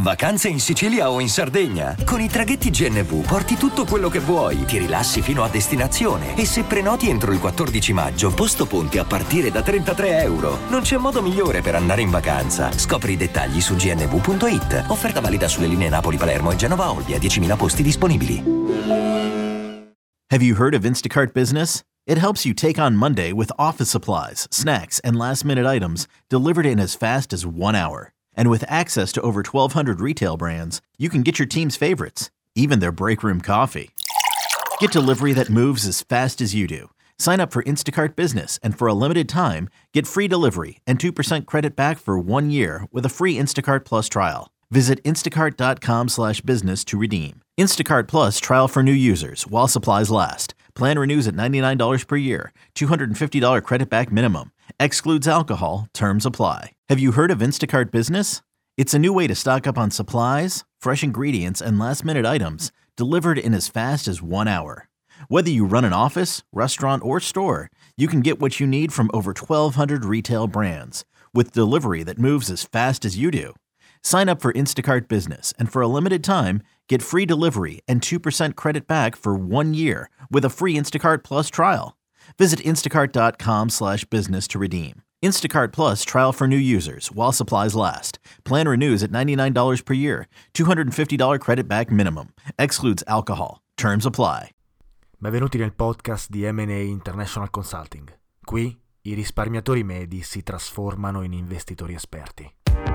Vacanze in Sicilia o in Sardegna? Con i traghetti GNV porti tutto quello che vuoi, ti rilassi fino a destinazione e se prenoti entro il 14 maggio, posto ponti a partire da €33. Non c'è modo migliore per andare in vacanza. Scopri i dettagli su gnv.it. Offerta valida sulle linee Napoli-Palermo e Genova-Olbia, 10.000 posti disponibili. Have you heard of Instacart Business? It helps you take on Monday with office supplies, snacks, and last-minute items delivered in as fast as 1 hour. And with access to over 1,200 retail brands, you can get your team's favorites, even their break room coffee. Get delivery that moves as fast as you do. Sign up for Instacart Business, and for a limited time, get free delivery and 2% credit back for 1 year with a free Instacart Plus trial. Visit instacart.com/business to redeem. Instacart Plus trial for new users while supplies last. Plan renews at $99 per year. $250 credit back minimum. Excludes alcohol. Terms apply. Have you heard of Instacart Business? It's a new way to stock up on supplies, fresh ingredients, and last-minute items delivered in as fast as 1 hour. Whether you run an office, restaurant, or store, you can get what you need from over 1,200 retail brands with delivery that moves as fast as you do. Sign up for Instacart Business, and for a limited time, get free delivery and 2% credit back for 1 year with a free Instacart Plus trial. Visit instacart.com/business to redeem. Instacart Plus trial for new users while supplies last. Plan renews at $99 per year. $250 credit back minimum. Excludes alcohol. Terms apply. Benvenuti nel podcast di M&A International Consulting. Qui i risparmiatori medi si trasformano in investitori esperti.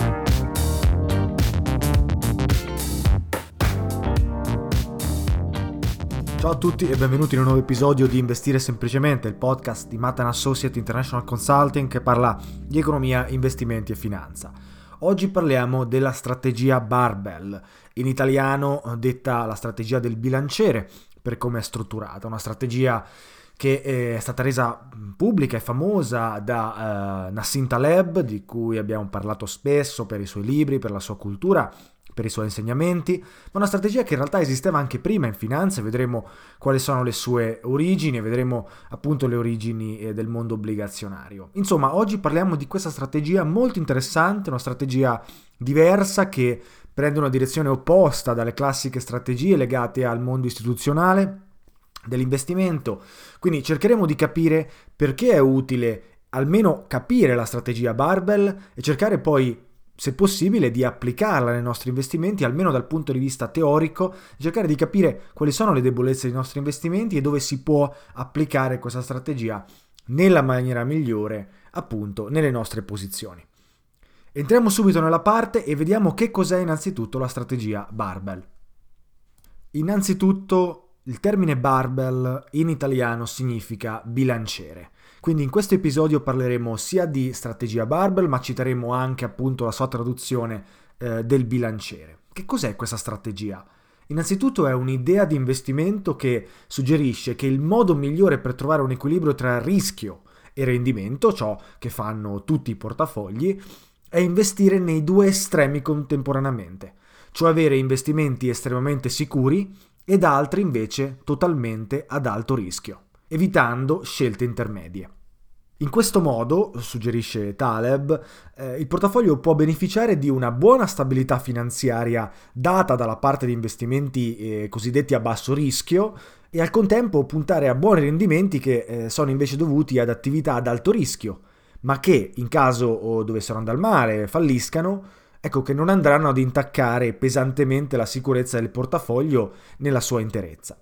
Ciao a tutti e benvenuti in un nuovo episodio di Investire Semplicemente, il podcast di Matan Associate International Consulting che parla di economia, investimenti e finanza. Oggi parliamo della strategia Barbell, in italiano detta la strategia del bilanciere per come è strutturata, una strategia che è stata resa pubblica e famosa da Nassim Taleb, di cui abbiamo parlato spesso per i suoi libri, per la sua cultura, per i suoi insegnamenti, ma una strategia che in realtà esisteva anche prima in finanza. Vedremo quali sono le sue origini e vedremo appunto le origini del mondo obbligazionario. Insomma, oggi parliamo di questa strategia molto interessante, una strategia diversa che prende una direzione opposta dalle classiche strategie legate al mondo istituzionale dell'investimento. Quindi cercheremo di capire perché è utile almeno capire la strategia Barbell e cercare poi, se possibile, di applicarla nei nostri investimenti, almeno dal punto di vista teorico, cercare di capire quali sono le debolezze dei nostri investimenti e dove si può applicare questa strategia nella maniera migliore, appunto, nelle nostre posizioni. Entriamo subito nella parte e vediamo che cos'è innanzitutto la strategia Barbell. Innanzitutto, il termine Barbell in italiano significa bilanciere. Quindi in questo episodio parleremo sia di strategia Barbell, ma citeremo anche appunto la sua traduzione del bilanciere. Che cos'è questa strategia? Innanzitutto è un'idea di investimento che suggerisce che il modo migliore per trovare un equilibrio tra rischio e rendimento, ciò che fanno tutti i portafogli, è investire nei due estremi contemporaneamente, cioè avere investimenti estremamente sicuri ed altri invece totalmente ad alto rischio, evitando scelte intermedie. In questo modo, suggerisce Taleb, il portafoglio può beneficiare di una buona stabilità finanziaria data dalla parte di investimenti cosiddetti a basso rischio e al contempo puntare a buoni rendimenti che sono invece dovuti ad attività ad alto rischio, ma che in caso dovessero andare male, falliscano, ecco che non andranno ad intaccare pesantemente la sicurezza del portafoglio nella sua interezza.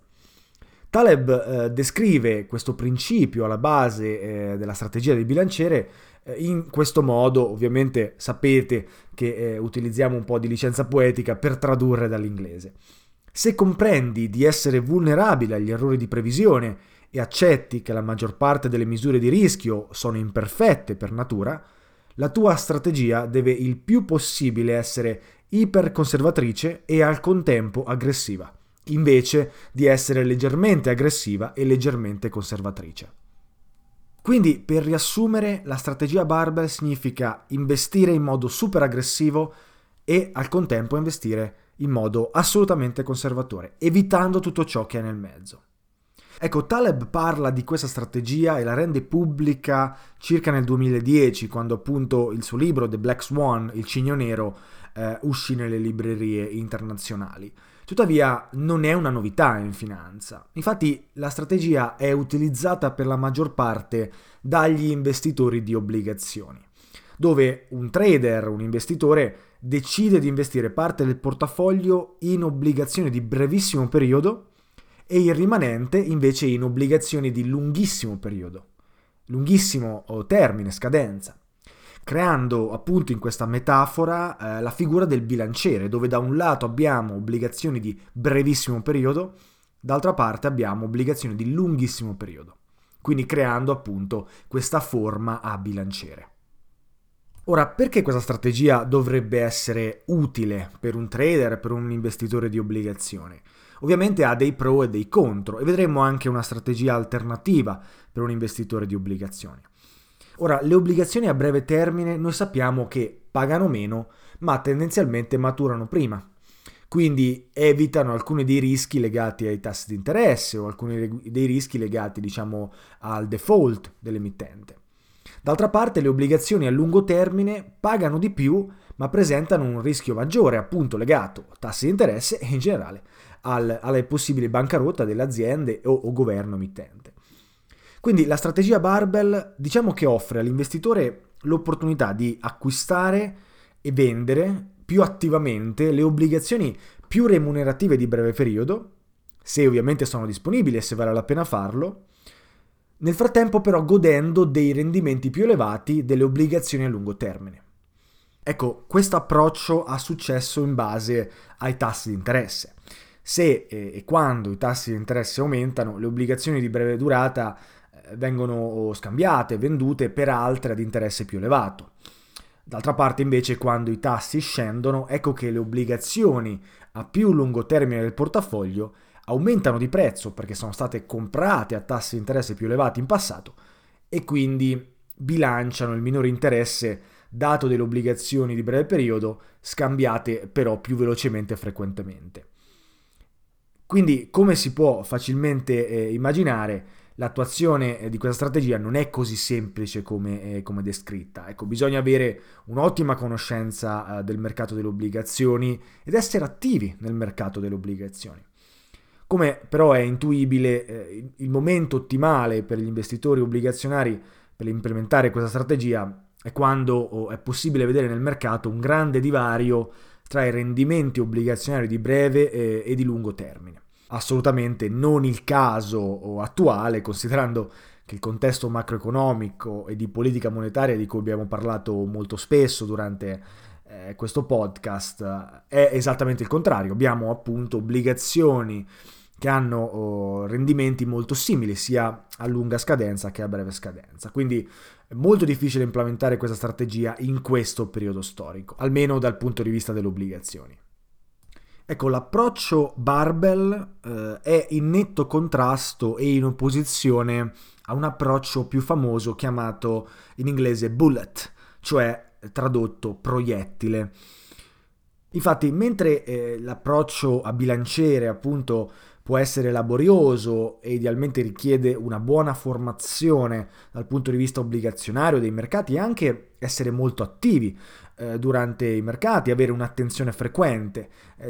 Taleb descrive questo principio alla base della strategia del bilanciere in questo modo. Ovviamente sapete che utilizziamo un po' di licenza poetica per tradurre dall'inglese. Se comprendi di essere vulnerabile agli errori di previsione e accetti che la maggior parte delle misure di rischio sono imperfette per natura, la tua strategia deve il più possibile essere iperconservatrice e al contempo aggressiva, invece di essere leggermente aggressiva e leggermente conservatrice. Quindi, per riassumere, la strategia Barbell significa investire in modo super aggressivo e al contempo investire in modo assolutamente conservatore, evitando tutto ciò che è nel mezzo. Ecco, Taleb parla di questa strategia e la rende pubblica circa nel 2010, quando appunto il suo libro The Black Swan, il cigno nero, uscì nelle librerie internazionali. Tuttavia non è una novità in finanza. Infatti la strategia è utilizzata per la maggior parte dagli investitori di obbligazioni, dove un trader, un investitore, decide di investire parte del portafoglio in obbligazioni di brevissimo periodo e il rimanente invece in obbligazioni di lunghissimo periodo, lunghissimo termine, scadenza, creando appunto in questa metafora la figura del bilanciere, dove da un lato abbiamo obbligazioni di brevissimo periodo, d'altra parte abbiamo obbligazioni di lunghissimo periodo, quindi creando appunto questa forma a bilanciere. Ora, perché questa strategia dovrebbe essere utile per un trader, per un investitore di obbligazioni? Ovviamente ha dei pro e dei contro e vedremo anche una strategia alternativa per un investitore di obbligazioni. Ora, le obbligazioni a breve termine noi sappiamo che pagano meno, ma tendenzialmente maturano prima. Quindi evitano alcuni dei rischi legati ai tassi di interesse o alcuni dei rischi legati, al default dell'emittente. D'altra parte le obbligazioni a lungo termine pagano di più ma presentano un rischio maggiore appunto legato a tassi di interesse e in generale alla possibile bancarotta delle aziende o governo emittente. Quindi la strategia barbell che offre all'investitore l'opportunità di acquistare e vendere più attivamente le obbligazioni più remunerative di breve periodo, se ovviamente sono disponibili e se vale la pena farlo, nel frattempo però godendo dei rendimenti più elevati delle obbligazioni a lungo termine. Ecco, questo approccio ha successo in base ai tassi di interesse. Se e quando i tassi di interesse aumentano, le obbligazioni di breve durata vengono scambiate, vendute per altre ad interesse più elevato. D'altra parte invece quando i tassi scendono, ecco che le obbligazioni a più lungo termine del portafoglio aumentano di prezzo perché sono state comprate a tassi di interesse più elevati in passato e quindi bilanciano il minore interesse dato delle obbligazioni di breve periodo scambiate però più velocemente e frequentemente. Quindi, come si può facilmente immaginare, l'attuazione di questa strategia non è così semplice come descritta. Ecco, bisogna avere un'ottima conoscenza del mercato delle obbligazioni ed essere attivi nel mercato delle obbligazioni. Come però è intuibile, il momento ottimale per gli investitori obbligazionari per implementare questa strategia è quando è possibile vedere nel mercato un grande divario tra i rendimenti obbligazionari di breve e di lungo termine. Assolutamente non il caso attuale, considerando che il contesto macroeconomico e di politica monetaria di cui abbiamo parlato molto spesso durante questo podcast è esattamente il contrario. Abbiamo appunto obbligazioni che hanno rendimenti molto simili sia a lunga scadenza che a breve scadenza. Quindi è molto difficile implementare questa strategia in questo periodo storico, almeno dal punto di vista delle obbligazioni. Ecco, l'approccio barbell è in netto contrasto e in opposizione a un approccio più famoso chiamato in inglese bullet, cioè tradotto proiettile. Infatti, mentre l'approccio a bilanciere appunto può essere laborioso e idealmente richiede una buona formazione dal punto di vista obbligazionario dei mercati e anche essere molto attivi durante i mercati, avere un'attenzione frequente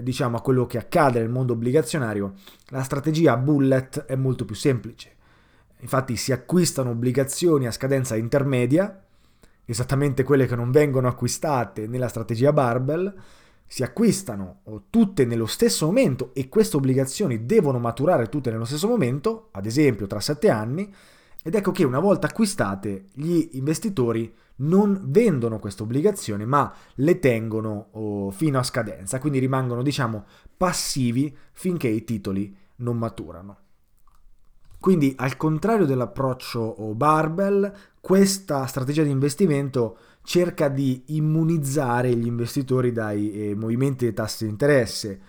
a quello che accade nel mondo obbligazionario, la strategia bullet è molto più semplice. Infatti si acquistano obbligazioni a scadenza intermedia, esattamente quelle che non vengono acquistate nella strategia barbell, si acquistano tutte nello stesso momento e queste obbligazioni devono maturare tutte nello stesso momento, ad esempio tra 7 anni, ed ecco che una volta acquistate gli investitori non vendono queste obbligazioni ma le tengono fino a scadenza, quindi rimangono passivi finché i titoli non maturano. Quindi al contrario dell'approccio barbell, questa strategia di investimento cerca di immunizzare gli investitori dai movimenti dei tassi di interesse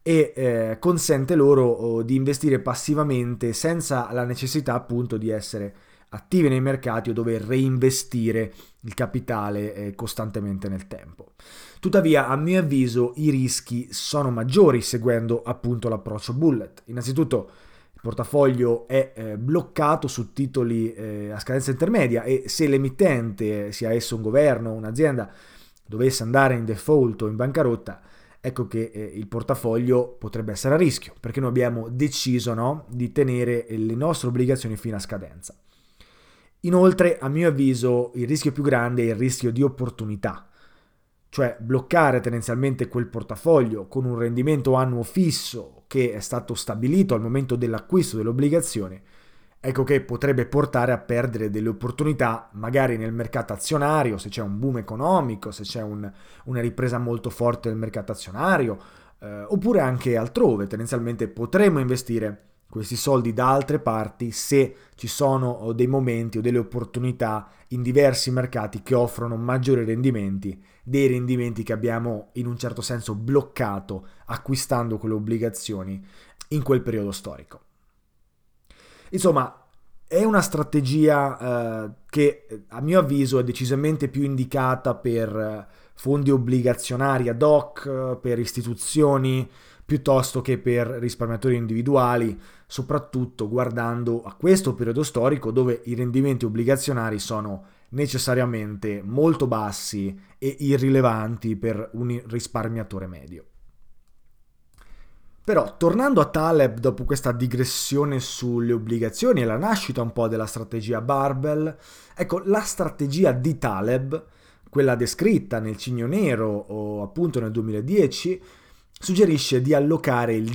e consente loro di investire passivamente senza la necessità appunto di essere attivi nei mercati o dover reinvestire il capitale costantemente nel tempo. Tuttavia, a mio avviso, i rischi sono maggiori seguendo appunto l'approccio bullet. Innanzitutto il portafoglio è bloccato su titoli a scadenza intermedia e se l'emittente, sia esso un governo o un'azienda, dovesse andare in default o in bancarotta, ecco che il portafoglio potrebbe essere a rischio, perché noi abbiamo deciso, no, di tenere le nostre obbligazioni fino a scadenza. Inoltre, a mio avviso, il rischio più grande è il rischio di opportunità, cioè bloccare tendenzialmente quel portafoglio con un rendimento annuo fisso che è stato stabilito al momento dell'acquisto delle obbligazioni. Ecco che potrebbe portare a perdere delle opportunità magari nel mercato azionario, se c'è un boom economico, se c'è una ripresa molto forte del mercato azionario, oppure anche altrove. Tendenzialmente potremmo investire questi soldi da altre parti se ci sono dei momenti o delle opportunità in diversi mercati che offrono maggiori rendimenti, dei rendimenti che abbiamo in un certo senso bloccato acquistando quelle obbligazioni in quel periodo storico. Insomma, è una strategia che a mio avviso è decisamente più indicata per fondi obbligazionari ad hoc, per istituzioni, piuttosto che per risparmiatori individuali, soprattutto guardando a questo periodo storico dove i rendimenti obbligazionari sono necessariamente molto bassi e irrilevanti per un risparmiatore medio. Però, tornando a Taleb, dopo questa digressione sulle obbligazioni e la nascita un po' della strategia Barbell, ecco, la strategia di Taleb, quella descritta nel Cigno Nero o appunto nel 2010, suggerisce di allocare il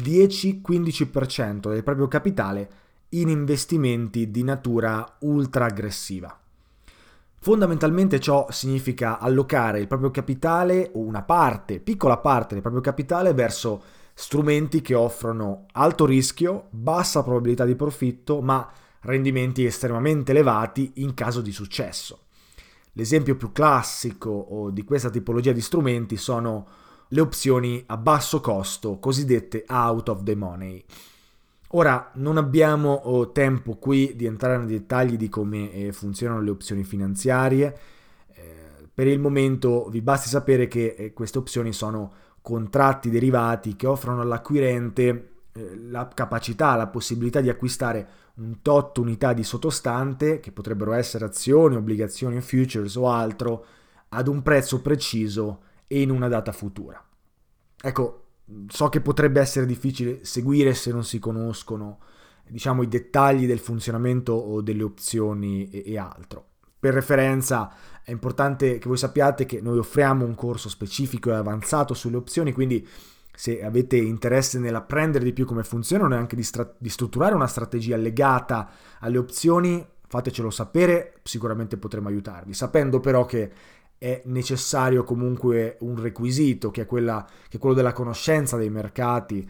10-15% del proprio capitale in investimenti di natura ultra aggressiva. Fondamentalmente ciò significa allocare il proprio capitale o una parte, piccola parte del proprio capitale verso strumenti che offrono alto rischio, bassa probabilità di profitto, ma rendimenti estremamente elevati in caso di successo. L'esempio più classico di questa tipologia di strumenti sono le opzioni a basso costo, cosiddette out of the money. Ora, non abbiamo tempo qui di entrare nei dettagli di come funzionano le opzioni finanziarie. Per il momento vi basti sapere che queste opzioni sono contratti derivati che offrono all'acquirente la capacità, la possibilità di acquistare un tot unità di sottostante, che potrebbero essere azioni, obbligazioni, futures o altro, ad un prezzo preciso e in una data futura. Ecco, so che potrebbe essere difficile seguire se non si conoscono, diciamo, i dettagli del funzionamento o delle opzioni e altro. Per referenza è importante che voi sappiate che noi offriamo un corso specifico e avanzato sulle opzioni, quindi se avete interesse nell'apprendere di più come funzionano e anche di strutturare una strategia legata alle opzioni, fatecelo sapere, sicuramente potremo aiutarvi, sapendo però che è necessario comunque un requisito che è quello della conoscenza dei mercati,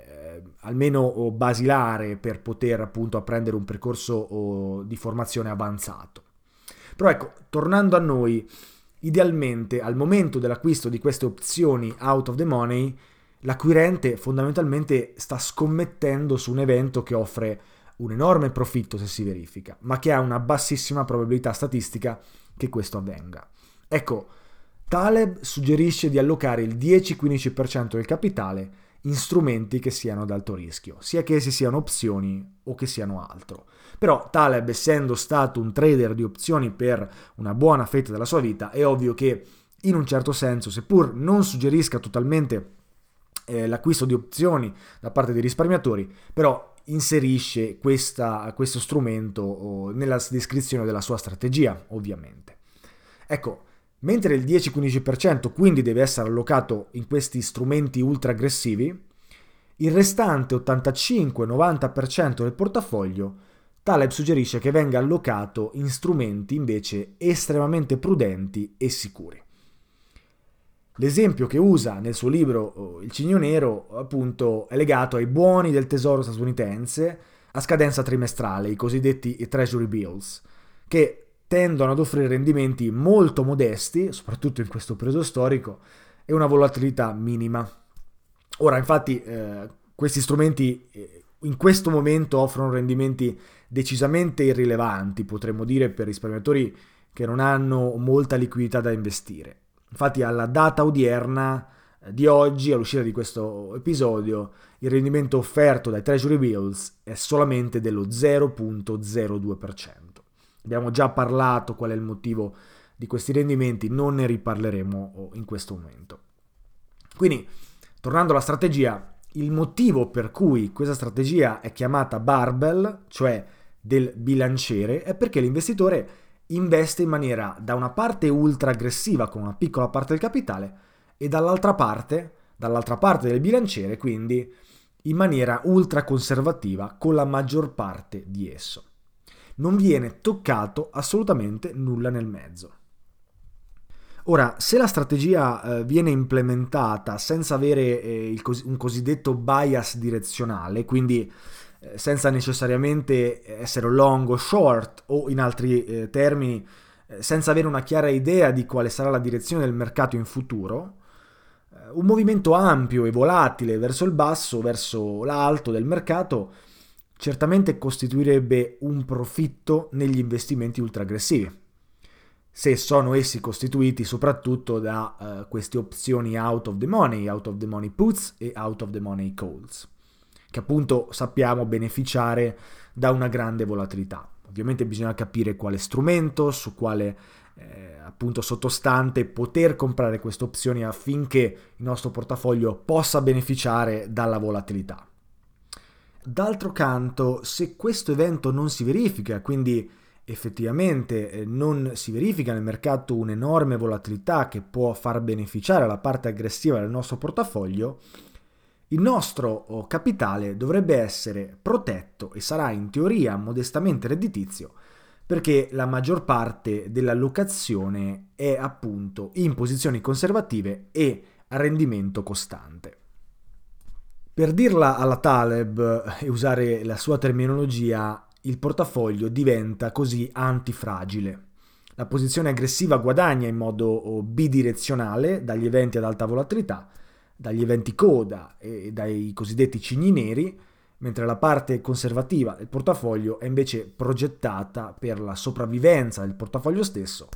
almeno basilare, per poter appunto apprendere un percorso di formazione avanzato. Però ecco, tornando a noi, idealmente al momento dell'acquisto di queste opzioni out of the money, l'acquirente fondamentalmente sta scommettendo su un evento che offre un enorme profitto se si verifica, ma che ha una bassissima probabilità statistica che questo avvenga. Ecco, Taleb suggerisce di allocare il 10-15% del capitale in strumenti che siano ad alto rischio, sia che essi siano opzioni o che siano altro. Però Taleb, essendo stato un trader di opzioni per una buona fetta della sua vita, è ovvio che in un certo senso, seppur non suggerisca totalmente l'acquisto di opzioni da parte dei risparmiatori, però inserisce questo strumento nella descrizione della sua strategia, ovviamente. Ecco, mentre il 10-15% quindi deve essere allocato in questi strumenti ultra aggressivi, il restante 85-90% del portafoglio Taleb suggerisce che venga allocato in strumenti invece estremamente prudenti e sicuri. L'esempio che usa nel suo libro Il Cigno Nero appunto è legato ai buoni del tesoro statunitense a scadenza trimestrale, i cosiddetti Treasury Bills, che tendono ad offrire rendimenti molto modesti, soprattutto in questo periodo storico, e una volatilità minima. Ora, infatti, questi strumenti in questo momento offrono rendimenti decisamente irrilevanti, potremmo dire, per risparmiatori che non hanno molta liquidità da investire. Infatti, alla data odierna di oggi, all'uscita di questo episodio, il rendimento offerto dai Treasury Bills è solamente dello 0,02%. Abbiamo già parlato qual è il motivo di questi rendimenti non ne riparleremo in questo momento. Quindi, tornando alla strategia, il motivo per cui questa strategia è chiamata barbell, cioè del bilanciere, è perché l'investitore investe in maniera da una parte ultra aggressiva con una piccola parte del capitale e dall'altra parte del bilanciere, quindi in maniera ultra conservativa con la maggior parte di esso. Non viene toccato assolutamente nulla nel mezzo. Ora, se la strategia viene implementata senza avere un cosiddetto bias direzionale, quindi senza necessariamente essere long o short, o in altri termini, senza avere una chiara idea di quale sarà la direzione del mercato in futuro, un movimento ampio e volatile verso il basso, verso l'alto del mercato, certamente costituirebbe un profitto negli investimenti ultra aggressivi, se sono essi costituiti soprattutto da queste opzioni out of the money puts e out of the money calls, che appunto sappiamo beneficiare da una grande volatilità. Ovviamente bisogna capire quale strumento, su quale appunto sottostante poter comprare queste opzioni affinché il nostro portafoglio possa beneficiare dalla volatilità. D'altro canto, se questo evento non si verifica, quindi effettivamente non si verifica nel mercato un'enorme volatilità che può far beneficiare la parte aggressiva del nostro portafoglio, il nostro capitale dovrebbe essere protetto e sarà in teoria modestamente redditizio, perché la maggior parte dell'allocazione è appunto in posizioni conservative e a rendimento costante. Per dirla alla Taleb e usare la sua terminologia, il portafoglio diventa così antifragile. La posizione aggressiva guadagna in modo bidirezionale dagli eventi ad alta volatilità, dagli eventi coda e dai cosiddetti cigni neri, mentre la parte conservativa del portafoglio è invece progettata per la sopravvivenza del portafoglio stesso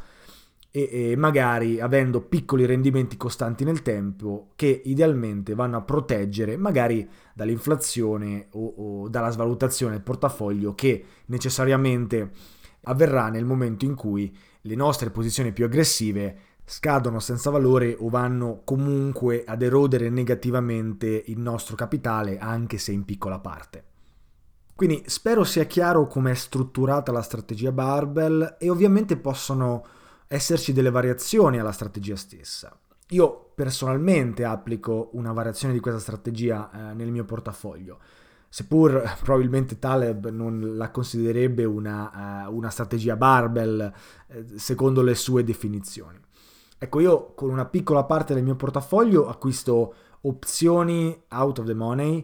e magari avendo piccoli rendimenti costanti nel tempo che idealmente vanno a proteggere magari dall'inflazione o dalla svalutazione del portafoglio che necessariamente avverrà nel momento in cui le nostre posizioni più aggressive scadono senza valore o vanno comunque ad erodere negativamente il nostro capitale, anche se in piccola parte. Quindi spero sia chiaro come è strutturata la strategia barbell e ovviamente possono esserci delle variazioni alla strategia stessa. Io personalmente applico una variazione di questa strategia nel mio portafoglio, seppur probabilmente Taleb non la considererebbe una strategia barbell secondo le sue definizioni. Ecco, io con una piccola parte del mio portafoglio acquisto opzioni out of the money,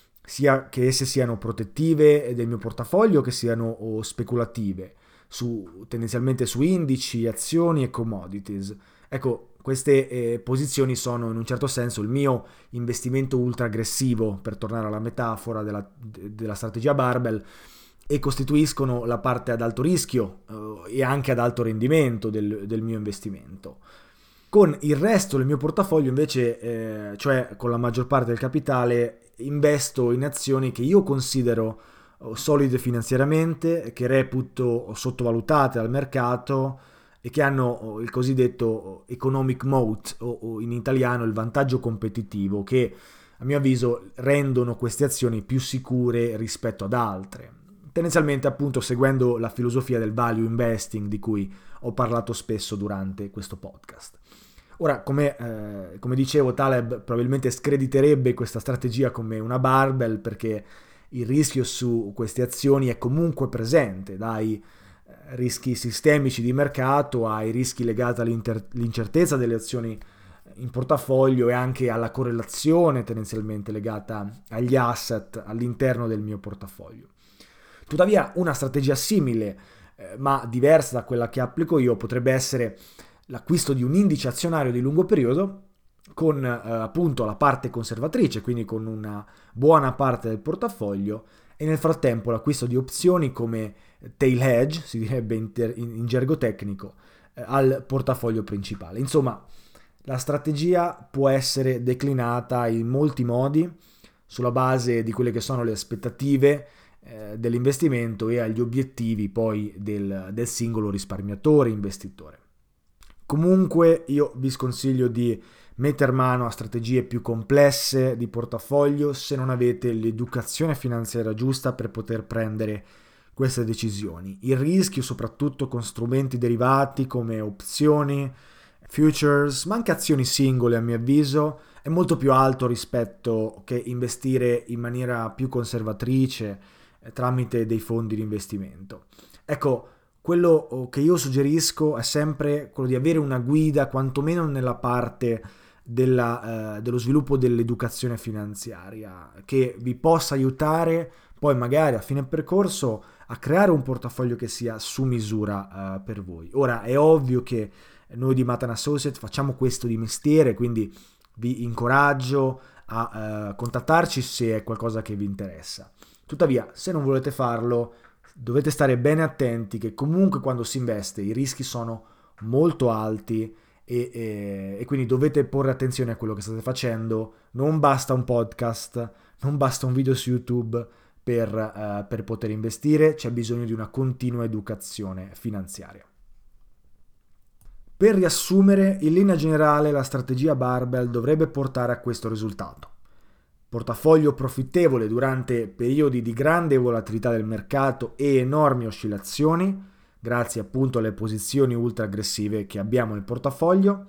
sia che esse siano protettive del mio portafoglio che siano speculative, tendenzialmente su indici, azioni e commodities. Ecco, queste posizioni sono in un certo senso il mio investimento ultra aggressivo, per tornare alla metafora della strategia barbell, e costituiscono la parte ad alto rischio e anche ad alto rendimento del mio investimento. Con il resto del mio portafoglio invece, cioè con la maggior parte del capitale, investo in azioni che io considero solide finanziariamente, che reputo sottovalutate dal mercato e che hanno il cosiddetto economic moat o in italiano il vantaggio competitivo, che a mio avviso rendono queste azioni più sicure rispetto ad altre, tendenzialmente appunto seguendo la filosofia del value investing di cui ho parlato spesso durante questo podcast. Ora, come dicevo, Taleb probabilmente screditerebbe questa strategia come una barbell perché il rischio su queste azioni è comunque presente, dai rischi sistemici di mercato ai rischi legati all'incertezza delle azioni in portafoglio e anche alla correlazione tendenzialmente legata agli asset all'interno del mio portafoglio. Tuttavia, una strategia simile, ma diversa da quella che applico io, potrebbe essere l'acquisto di un indice azionario di lungo periodo con appunto la parte conservatrice, quindi con una buona parte del portafoglio, e nel frattempo l'acquisto di opzioni come tail hedge, si direbbe in gergo tecnico, al portafoglio principale. Insomma, la strategia può essere declinata in molti modi sulla base di quelle che sono le aspettative dell'investimento e agli obiettivi poi del singolo risparmiatore investitore. Comunque io vi sconsiglio di mettere mano a strategie più complesse di portafoglio se non avete l'educazione finanziaria giusta per poter prendere queste decisioni. Il rischio, soprattutto con strumenti derivati come opzioni, futures, ma anche azioni singole, a mio avviso, è molto più alto rispetto che investire in maniera più conservatrice tramite dei fondi di investimento. Ecco, quello che io suggerisco è sempre quello di avere una guida, quantomeno nella parte dello sviluppo dell'educazione finanziaria, che vi possa aiutare poi magari a fine percorso a creare un portafoglio che sia su misura per voi. Ora è ovvio che noi di Matan Associates facciamo questo di mestiere, quindi vi incoraggio a contattarci se è qualcosa che vi interessa. Tuttavia, se non volete farlo, dovete stare bene attenti che comunque quando si investe i rischi sono molto alti e quindi dovete porre attenzione a quello che state facendo. Non basta un podcast, non basta un video su YouTube per poter investire, c'è bisogno di una continua educazione finanziaria. Per riassumere, in linea generale la strategia barbell dovrebbe portare a questo risultato: portafoglio profittevole durante periodi di grande volatilità del mercato e enormi oscillazioni, grazie appunto alle posizioni ultra aggressive che abbiamo nel portafoglio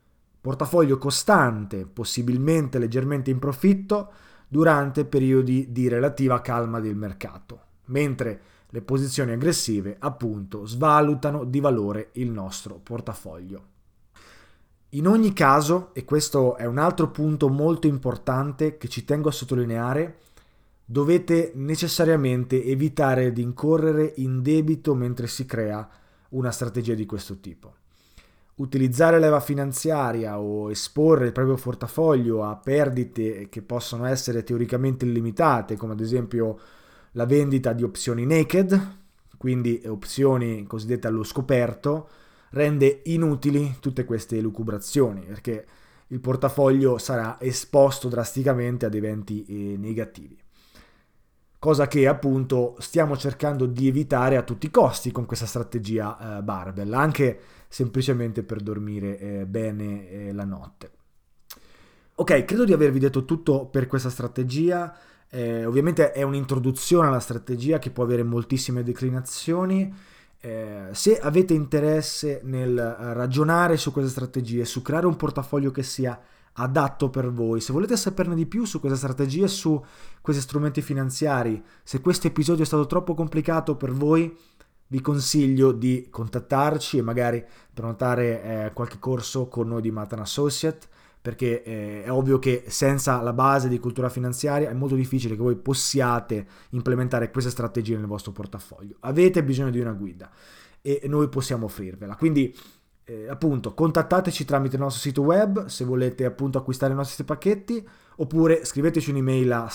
costante, possibilmente leggermente in profitto, durante periodi di relativa calma del mercato, mentre le posizioni aggressive appunto svalutano di valore il nostro portafoglio. In ogni caso, e questo è un altro punto molto importante che ci tengo a sottolineare, dovete necessariamente evitare di incorrere in debito mentre si crea una strategia di questo tipo. Utilizzare leva finanziaria o esporre il proprio portafoglio a perdite che possono essere teoricamente illimitate, come ad esempio la vendita di opzioni naked, quindi opzioni cosiddette allo scoperto, rende inutili tutte queste elucubrazioni, perché il portafoglio sarà esposto drasticamente ad eventi negativi. Cosa che appunto stiamo cercando di evitare a tutti i costi con questa strategia barbell, anche semplicemente per dormire bene la notte. Ok, credo di avervi detto tutto per questa strategia. Ovviamente è un'introduzione alla strategia che può avere moltissime declinazioni. Se avete interesse nel ragionare su queste strategie, su creare un portafoglio che sia adatto per voi, se volete saperne di più su queste strategie, su questi strumenti finanziari, se questo episodio è stato troppo complicato per voi, vi consiglio di contattarci e magari prenotare qualche corso con noi di Matan Associates, perché è ovvio che senza la base di cultura finanziaria è molto difficile che voi possiate implementare queste strategie nel vostro portafoglio. Avete bisogno di una guida e noi possiamo offrirvela. Quindi appunto contattateci tramite il nostro sito web se volete appunto acquistare i nostri pacchetti, oppure scriveteci un'email a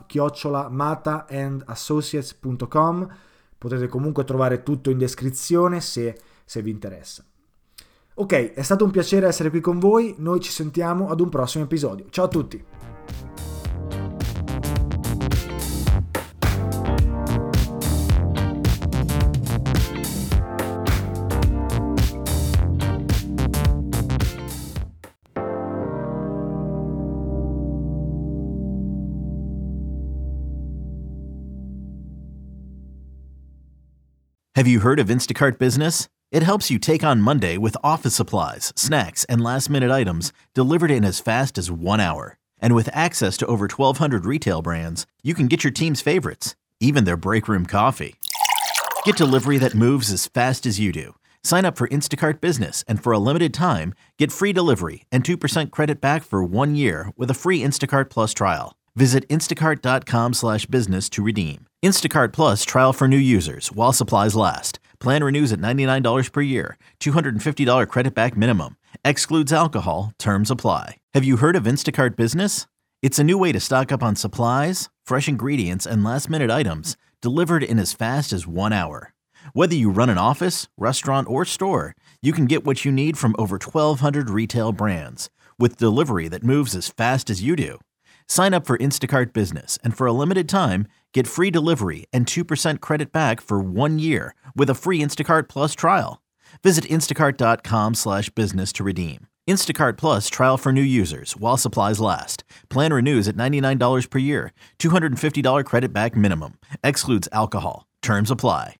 staff@mataandassociates.com. Potete comunque trovare tutto in descrizione se vi interessa. Ok, è stato un piacere essere qui con voi, noi ci sentiamo ad un prossimo episodio. Ciao a tutti! Have you heard of Instacart Business? It helps you take on Monday with office supplies, snacks, and last-minute items delivered in as fast as 1 hour. And with access to over 1,200 retail brands, you can get your team's favorites, even their break room coffee. Get delivery that moves as fast as you do. Sign up for Instacart Business, and for a limited time, get free delivery and 2% credit back for 1 year with a free Instacart Plus trial. Visit instacart.com/business to redeem. Instacart Plus trial for new users while supplies last. Plan renews at $99 per year. $250 credit back minimum. Excludes alcohol. Terms apply. Have you heard of Instacart Business? It's a new way to stock up on supplies, fresh ingredients, and last-minute items delivered in as fast as 1 hour. Whether you run an office, restaurant, or store, you can get what you need from over 1,200 retail brands with delivery that moves as fast as you do. Sign up for Instacart Business, and for a limited time, get free delivery and 2% credit back for 1 year with a free Instacart Plus trial. Visit instacart.com/business to redeem. Instacart Plus trial for new users while supplies last. Plan renews at $99 per year. $250 credit back minimum. Excludes alcohol. Terms apply.